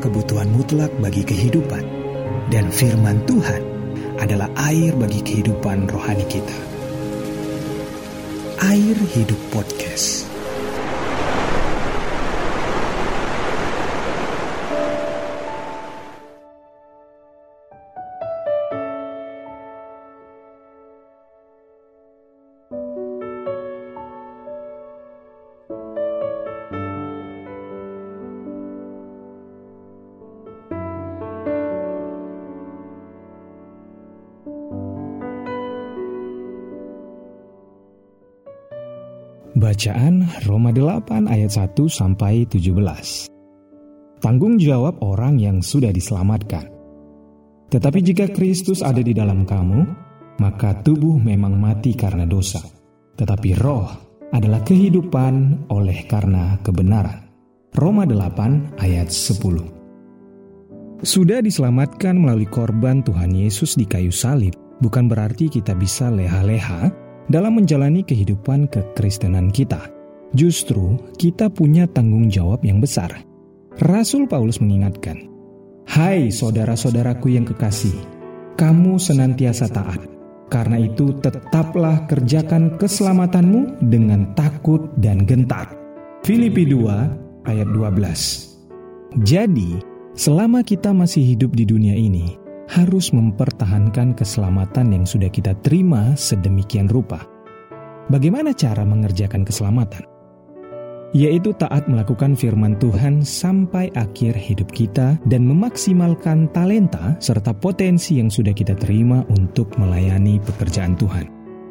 kebutuhan mutlak bagi kehidupan, dan firman Tuhan adalah air bagi kehidupan rohani kita. Air Hidup Podcast. Bacaan Roma 8 ayat 1 sampai 17. Tanggung jawab orang yang sudah diselamatkan. Tetapi jika Kristus ada di dalam kamu, maka tubuh memang mati karena dosa, tetapi roh adalah kehidupan oleh karena kebenaran. Roma 8 ayat 10. Sudah diselamatkan melalui korban Tuhan Yesus di kayu salib, bukan berarti kita bisa leha-leha dalam menjalani kehidupan kekristenan kita. Justru kita punya tanggung jawab yang besar. Rasul Paulus mengingatkan, "Hai saudara-saudaraku yang kekasih, kamu senantiasa taat. Karena itu tetaplah kerjakan keselamatanmu dengan takut dan gentar." Filipi 2 ayat 12. Jadi, selama kita masih hidup di dunia ini, harus mempertahankan keselamatan yang sudah kita terima sedemikian rupa. Bagaimana cara mengerjakan keselamatan? Yaitu taat melakukan firman Tuhan sampai akhir hidup kita dan memaksimalkan talenta serta potensi yang sudah kita terima untuk melayani pekerjaan Tuhan.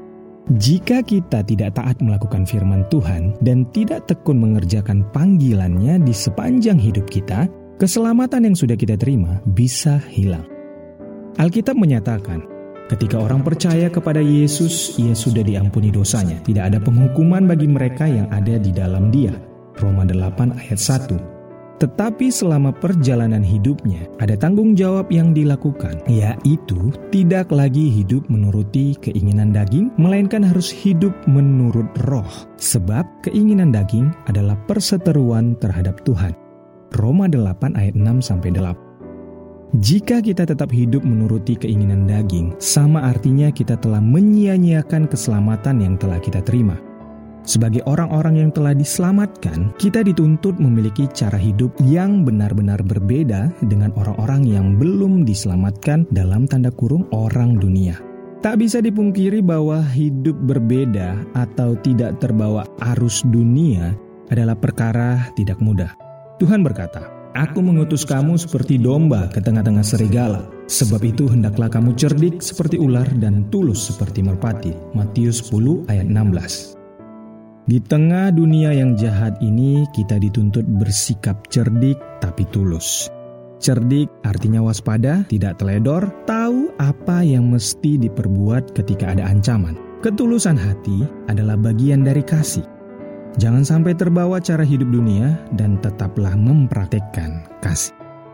Jika kita tidak taat melakukan firman Tuhan dan tidak tekun mengerjakan panggilannya di sepanjang hidup kita, keselamatan yang sudah kita terima bisa hilang. Alkitab menyatakan, ketika orang percaya kepada Yesus, ia sudah diampuni dosanya. Tidak ada penghukuman bagi mereka yang ada di dalam Dia. Roma 8 ayat 1. Tetapi selama perjalanan hidupnya, ada tanggung jawab yang dilakukan, yaitu tidak lagi hidup menuruti keinginan daging, melainkan harus hidup menurut roh. Sebab keinginan daging adalah perseteruan terhadap Tuhan. Roma 8 ayat 6-8. Jika kita tetap hidup menuruti keinginan daging, sama artinya kita telah menyia-nyiakan keselamatan yang telah kita terima. Sebagai orang-orang yang telah diselamatkan, kita dituntut memiliki cara hidup yang benar-benar berbeda dengan orang-orang yang belum diselamatkan, dalam tanda kurung orang dunia. Tak bisa dipungkiri bahwa hidup berbeda atau tidak terbawa arus dunia adalah perkara tidak mudah. Tuhan berkata, "Aku mengutus kamu seperti domba ke tengah-tengah serigala. Sebab itu hendaklah kamu cerdik seperti ular dan tulus seperti merpati." Matius 10 ayat 16. Di tengah dunia yang jahat ini, kita dituntut bersikap cerdik tapi tulus. Cerdik artinya waspada, tidak teledor, tahu apa yang mesti diperbuat ketika ada ancaman. Ketulusan hati adalah bagian dari kasih. Jangan sampai terbawa cara hidup dunia dan tetaplah mempraktekkan kasih.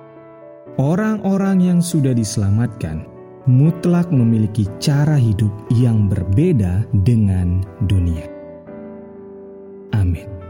Orang-orang yang sudah diselamatkan mutlak memiliki cara hidup yang berbeda dengan dunia. Amin.